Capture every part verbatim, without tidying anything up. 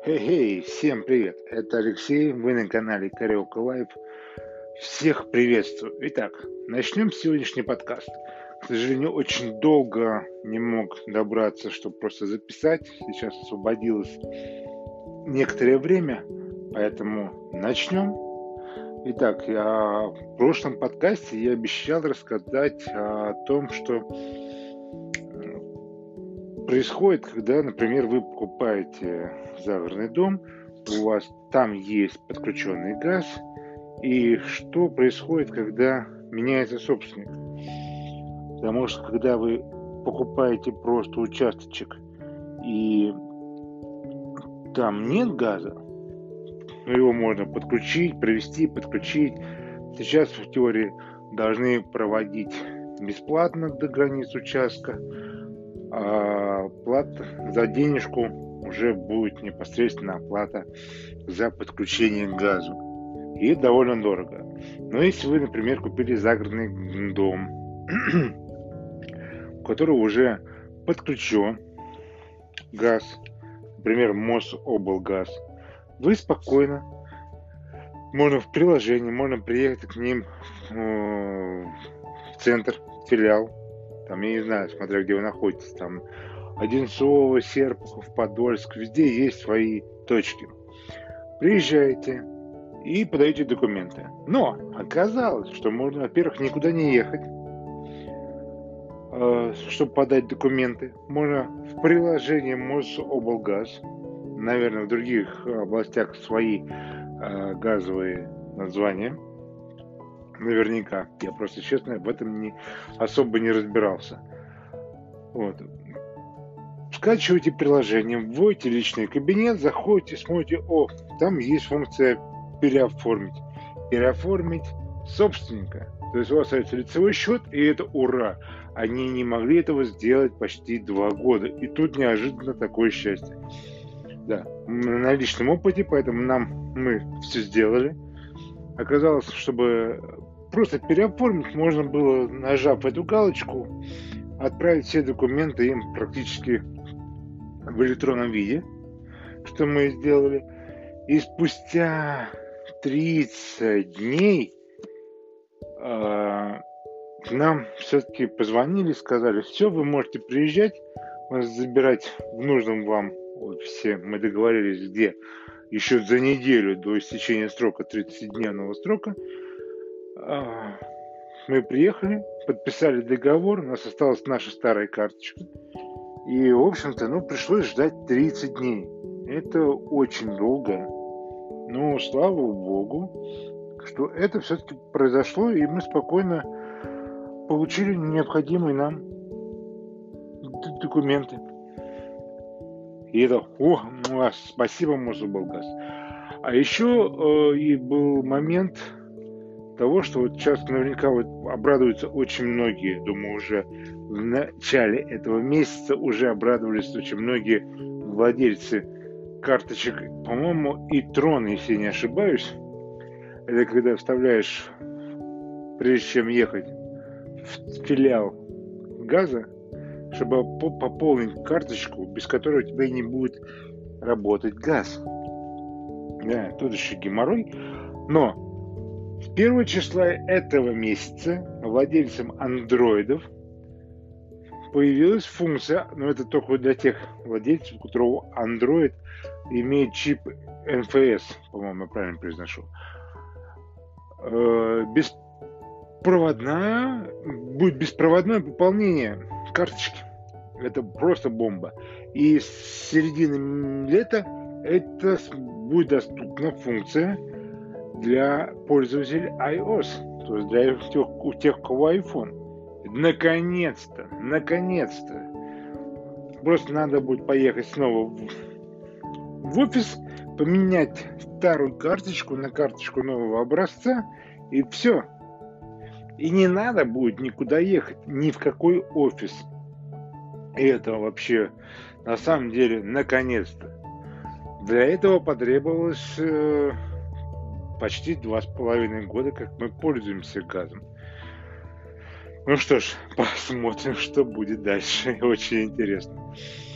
Хей-хей, всем привет! Это Алексей, вы на канале Кариока Лайф. Всех приветствую. Итак, начнем сегодняшний подкаст. К сожалению, очень долго не мог добраться, чтобы просто записать. Сейчас освободилось некоторое время, поэтому начнем. Итак, я в прошлом подкасте я обещал рассказать о том, что происходит, когда, например, вы покупаете загородный дом, у вас там есть подключенный газ, и что происходит, когда меняется собственник. Потому что, когда вы покупаете просто участочек, и там нет газа, но его можно подключить, провести, подключить. Сейчас в теории должны проводить бесплатно до границ участка, а плата за денежку уже будет непосредственно оплата за подключение к газу. И это довольно дорого. Но если вы, например, купили загородный дом, у которого уже подключен газ, например, Мособлгаз, вы спокойно, можно в приложении, можно приехать к ним в центр, филиал, там, я не знаю, смотря где вы находитесь, там, Одинцово, Серпухов, Подольск, везде есть свои точки. Приезжаете и подаете документы. Но оказалось, что можно, во-первых, никуда не ехать, чтобы подать документы. Можно в приложении Мособлгаз, наверное, в других областях свои газовые названия. Наверняка. Я просто, честно, в этом не, особо не разбирался. Вот. Скачиваете приложение, вводите личный кабинет, заходите, смотрите, о, там есть функция переоформить. Переоформить собственника. То есть у вас остается лицевой счет, и это ура. Они не могли этого сделать почти два года. И тут неожиданно такое счастье. Да, на личном опыте, поэтому нам мы все сделали. Оказалось, чтобы просто переоформить, можно было, нажав эту галочку, отправить все документы им практически в электронном виде, что мы сделали. И спустя тридцать дней э, нам все-таки позвонили, сказали, все, вы можете приезжать, вас забирать в нужном вам офисе. Мы договорились, где еще за неделю до истечения срока, тридцатидневного срока. Мы приехали, подписали договор, у нас осталась наша старая карточка. И, в общем-то, ну, пришлось ждать тридцать дней. Это очень долго. Но, слава богу, что это все-таки произошло, и мы спокойно получили необходимые нам документы. И это, о, спасибо, Мособлгаз. А еще э, и был момент того, что вот сейчас наверняка вот обрадуются очень многие, думаю, уже в начале этого месяца уже обрадовались очень многие владельцы карточек, по-моему, и Трон, если я не ошибаюсь. Это когда вставляешь, прежде чем ехать в филиал газа, чтобы пополнить карточку, без которой у тебя не будет работать газ. Да, тут еще геморрой. Но с первого числа этого месяца владельцам андроидов появилась функция, но это только для тех владельцев, у которого Android имеет чип эн эф эс, по-моему, я правильно произношу. Беспроводная, будет беспроводное пополнение карточки. Это просто бомба. И с середины лета это будет доступна функция для пользователей iOS, то есть для тех, у тех, у кого iPhone. Наконец-то, наконец-то. Просто надо будет поехать снова в, в офис, поменять старую карточку на карточку нового образца, и все. И не надо будет никуда ехать, ни в какой офис. И это вообще, на самом деле, наконец-то. Для этого потребовалось э, почти два с половиной года, как мы пользуемся газом. Ну что ж, посмотрим, что будет дальше. Очень интересно.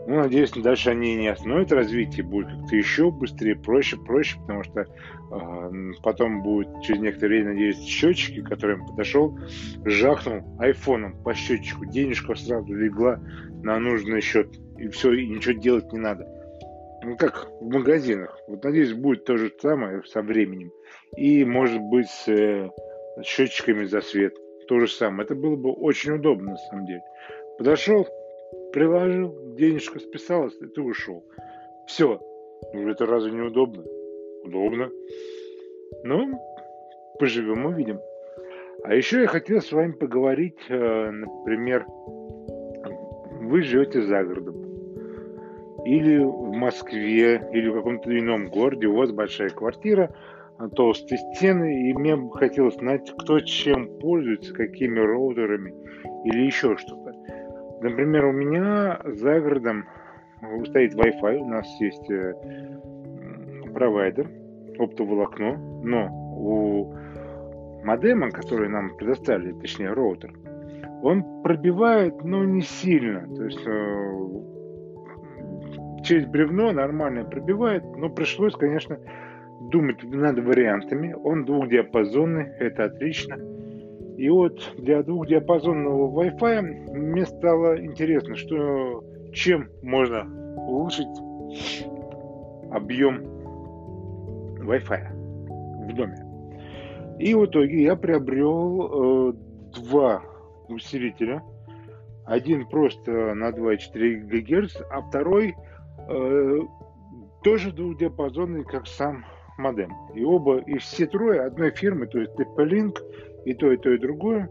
Ну, надеюсь, дальше они не остановят развитие, будет как-то еще быстрее, проще, проще, потому что э, потом будет через некоторое время, надеюсь, счетчики, к которым подошел, жахнул айфоном по счетчику, денежка сразу легла на нужный счет, и все, и ничего делать не надо. Ну, как в магазинах. Вот, надеюсь, будет то же самое со временем. И, может быть, с э, счетчиками за свет. То же самое. Это было бы очень удобно, на самом деле. Подошел, приложил, денежка списалась, и ты ушел. Все. Ну, это разве не удобно? Удобно. Ну, поживем, увидим. А еще я хотел с вами поговорить, э, например, вы живете за городом. Или в Москве, или в каком-то ином городе, у вас большая квартира, толстые стены, и мне бы хотелось знать, кто чем пользуется, какими роутерами или еще что-то. Например, у меня за городом стоит Wi-Fi, у нас есть э, провайдер, оптоволокно, но у модема, который нам предоставили, точнее роутер, он пробивает, но не сильно, то есть э, через бревно нормально пробивает, но пришлось, конечно, думать над вариантами. Он двухдиапазонный, это отлично. И вот для двухдиапазонного Wi-Fi мне стало интересно, что чем можно улучшить объем Wi-Fi в доме. И в итоге я приобрел э, два усилителя. Один просто на два и четыре гигагерца, а второй э, тоже двухдиапазонный, как сам модем. И оба, и все трое одной фирмы, то есть ти пи-Link, и то, и то, и другое.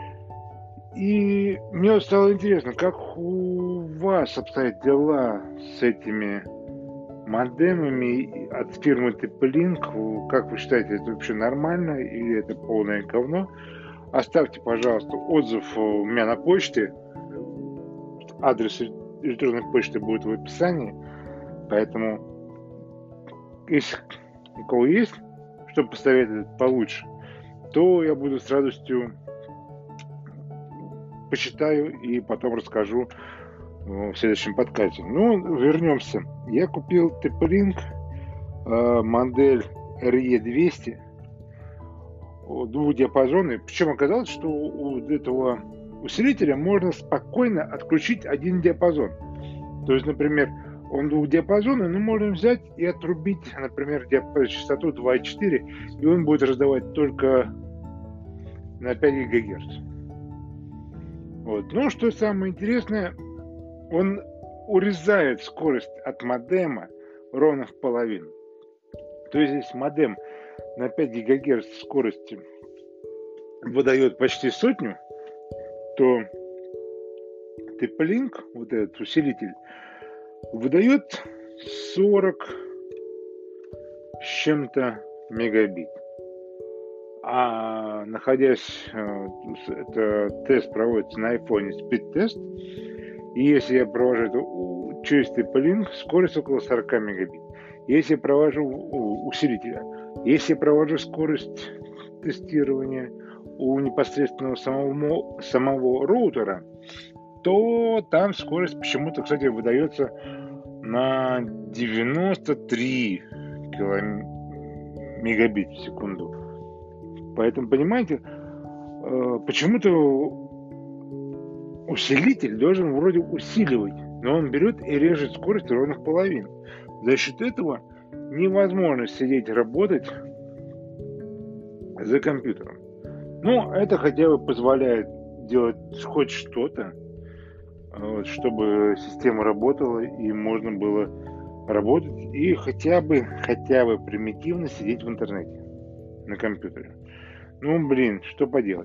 И мне вот стало интересно, как у вас обстоят дела с этими модемами от фирмы ти пи-Link? Как вы считаете, это вообще нормально или это полное говно? Оставьте, пожалуйста, отзыв у меня на почте. Адрес электронной почты будет в описании. Поэтому, если у кого есть, что посоветовать получше, то я буду с радостью почитаю и потом расскажу в следующем подкасте. Ну, вернемся. Я купил ти пи-Link э, модель эр и двести двухдиапазонный. Причем оказалось, что у этого усилителя можно спокойно отключить один диапазон. То есть, например, он двухдиапазонный, но можно взять и отрубить, например, частоту два и четыре, и он будет раздавать только на пять гигагерц. Вот. Но что самое интересное, он урезает скорость от модема ровно в половину. То есть, если модем на пять гигагерц скорости выдает почти сотню, то ти пи-Link, вот этот усилитель, выдает сорок с чем-то мегабит. А находясь, это тест проводится на iPhone, спид-тест, и если я провожу это через ти пи-Link, скорость около сорок мегабит. Если я провожу усилителя, если я провожу скорость тестирования у непосредственного самого, самого роутера, то там скорость почему-то, кстати, выдается на девяносто три мегабит в секунду. Поэтому, понимаете, почему-то усилитель должен вроде усиливать, но он берет и режет скорость ровно в половину. За счет этого невозможно сидеть и работать за компьютером. Но это хотя бы позволяет делать хоть что-то, вот, чтобы система работала и можно было работать и хотя бы, хотя бы примитивно сидеть в интернете на компьютере. Ну, блин, что поделать.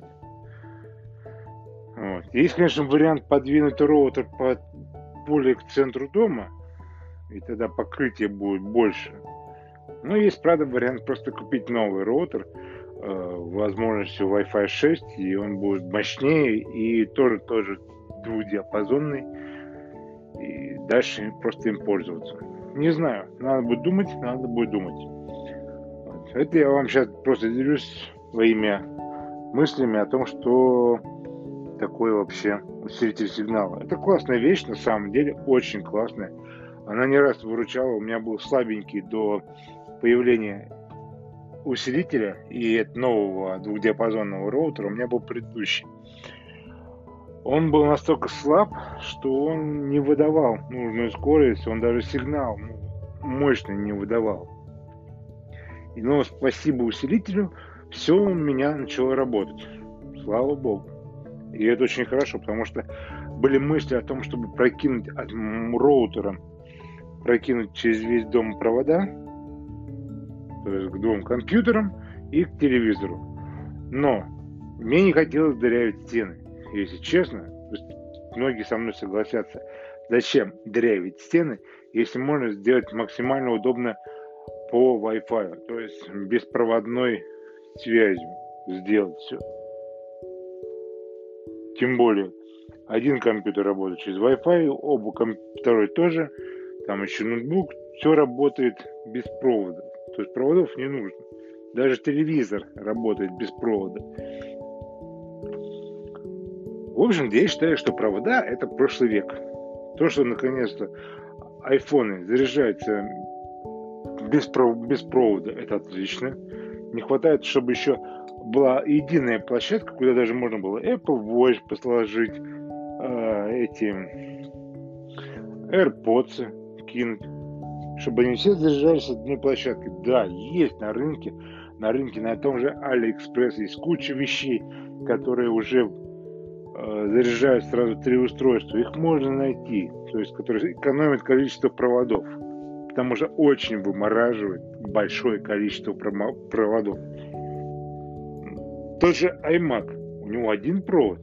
Вот. Есть, конечно, вариант подвинуть роутер под, более к центру дома, и тогда покрытие будет больше. Но есть, правда, вариант просто купить новый роутер, э, возможностью Wi-Fi шесть, и он будет мощнее, и тоже, тоже двухдиапазонный, и дальше просто им пользоваться. Не знаю, надо будет думать, надо будет думать. Вот. Это я вам сейчас просто делюсь своими мыслями о том, что так, такой вообще усилитель сигнала. Это классная вещь, на самом деле, очень классная. Она не раз выручала. У меня был слабенький до появления усилителя и нового двухдиапазонного роутера. У меня был предыдущий. Он был настолько слаб, что он не выдавал нужную скорость, он даже сигнал мощный не выдавал. Но спасибо усилителю, все у меня начало работать. Слава богу. И это очень хорошо, потому что были мысли о том, чтобы прокинуть от роутера, прокинуть через весь дом провода, то есть к двум компьютерам и к телевизору. Но мне не хотелось дырявить стены, если честно. Многие со мной согласятся. Зачем дырявить стены, если можно сделать максимально удобно по Wi-Fi, то есть беспроводной связью сделать все. Тем более, один компьютер работает через Wi-Fi, оба комп... второй тоже, там еще ноутбук, все работает без провода. То есть проводов не нужно. Даже телевизор работает без провода. В общем-то, я считаю, что провода — это прошлый век. То, что наконец-то айфоны заряжаются без, пров... без провода, это отлично. Не хватает, чтобы еще была единая площадка, куда даже можно было Apple Watch посложить, э, эти AirPods кинуть, чтобы они все заряжались одной площадкой. Да, есть на рынке, на рынке на том же AliExpress есть куча вещей, которые уже э, заряжают сразу три устройства. Их можно найти, то есть которые экономят количество проводов, потому что очень вымораживает большое количество проводов. Тот же iMac, у него один провод,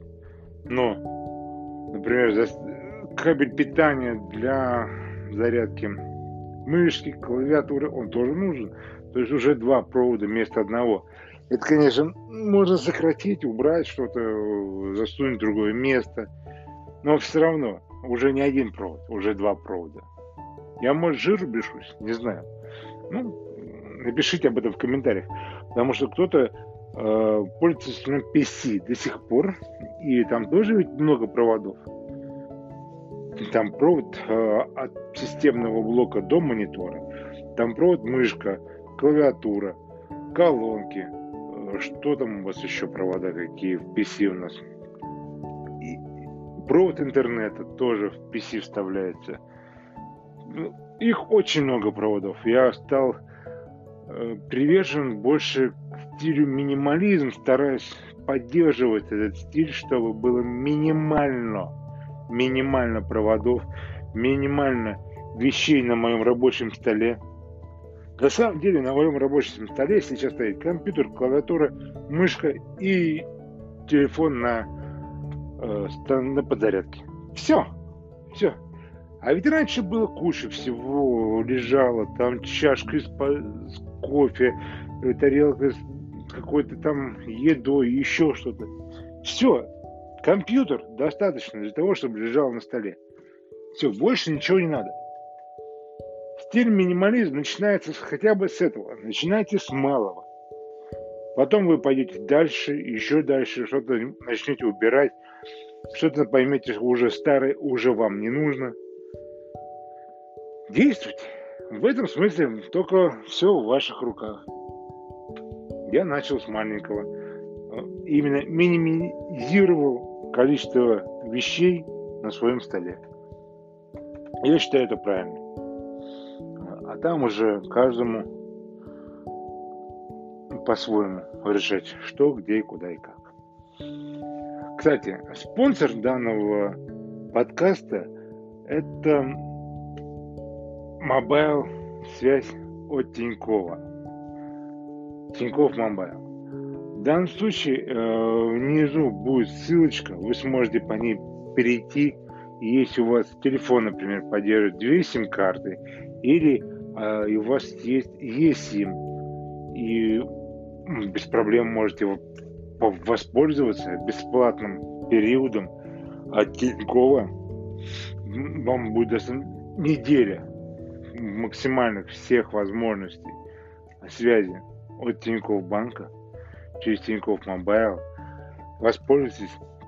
но, например, кабель питания для зарядки мышки, клавиатуры, он тоже нужен. То есть уже два провода вместо одного. Это, конечно, можно сократить, убрать что-то, засунуть в другое место, но все равно уже не один провод, уже два провода. Я, может, жиру бешусь, не знаю. Ну, напишите об этом в комментариях, потому что кто-то э, пользуется на пи си до сих пор, и там тоже ведь много проводов. Там провод э, от системного блока до монитора, там провод мышка, клавиатура, колонки, э, что там у вас еще провода какие в пи си у нас. И провод интернета тоже в пи си вставляется. Их очень много проводов. Я стал э, привержен больше к стилю минимализм, стараюсь поддерживать этот стиль, чтобы было минимально, минимально проводов, минимально вещей на моем рабочем столе. На самом деле на моем рабочем столе сейчас стоит компьютер, клавиатура, мышка и телефон на, э, на подзарядке. Все, все. А ведь раньше было куча всего, лежало, там чашка с кофе, тарелка с какой-то там едой, еще что-то. Все, компьютер достаточно для того, чтобы лежал на столе. Все, больше ничего не надо. Стиль минимализма начинается хотя бы с этого. Начинайте с малого. Потом вы пойдете дальше, еще дальше, что-то начнете убирать, что-то поймете, что уже старое, уже вам не нужно. Действуйте. В этом смысле только все в ваших руках. Я начал с маленького. Именно минимизировал количество вещей на своем столе. Я считаю это правильно. А там уже каждому по-своему решать, что, где, куда и как. Кстати, спонсор данного подкаста — это мобайл связь от Тинькова. Тинькофф Мобайл. В данном случае э, внизу будет ссылочка, вы сможете по ней перейти. И если у вас телефон, например, поддерживает две сим-карты, или э, и у вас есть eSIM, и без проблем можете воспользоваться бесплатным периодом от Тинькова. Вам будет даже неделя максимальных всех возможностей связи от Тинькофф банка через Тинькофф Мобайл. Воспользуйтесь,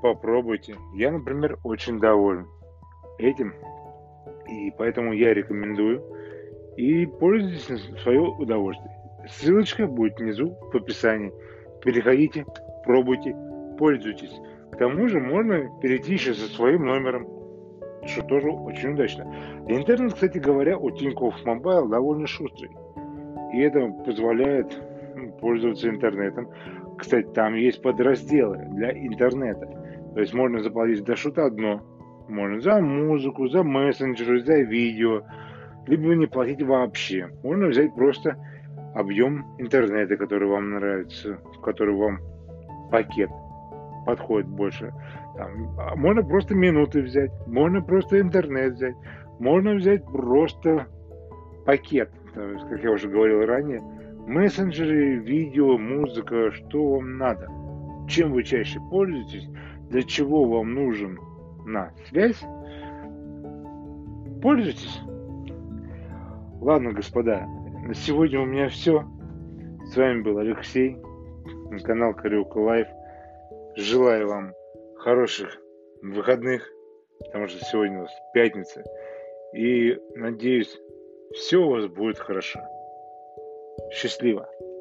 попробуйте. Я, например, очень доволен этим, и поэтому я рекомендую. И пользуйтесь на свое удовольствие. Ссылочка будет внизу в описании. Переходите, пробуйте, пользуйтесь. К тому же можно перейти еще со своим номером, что тоже очень удачно. Интернет, кстати говоря, у Тинькофф Мобайл довольно шустрый. И это позволяет ну, пользоваться интернетом. Кстати, там есть подразделы для интернета. То есть можно заплатить за что-то одно. Можно за музыку, за мессенджеры, за видео. Либо не платить вообще. Можно взять просто объем интернета, который вам нравится, в который вам пакет подходит больше. Там, можно просто минуты взять, можно просто интернет взять, можно взять просто пакет, то есть, как я уже говорил ранее, мессенджеры, видео, музыка, что вам надо, чем вы чаще пользуетесь, для чего вам нужен на связь, пользуйтесь. Ладно, господа, на сегодня у меня все. С вами был Алексей, канал Кариока Лайф. Желаю вам хороших выходных, потому что сегодня у нас пятница. И надеюсь, все у вас будет хорошо. Счастливо!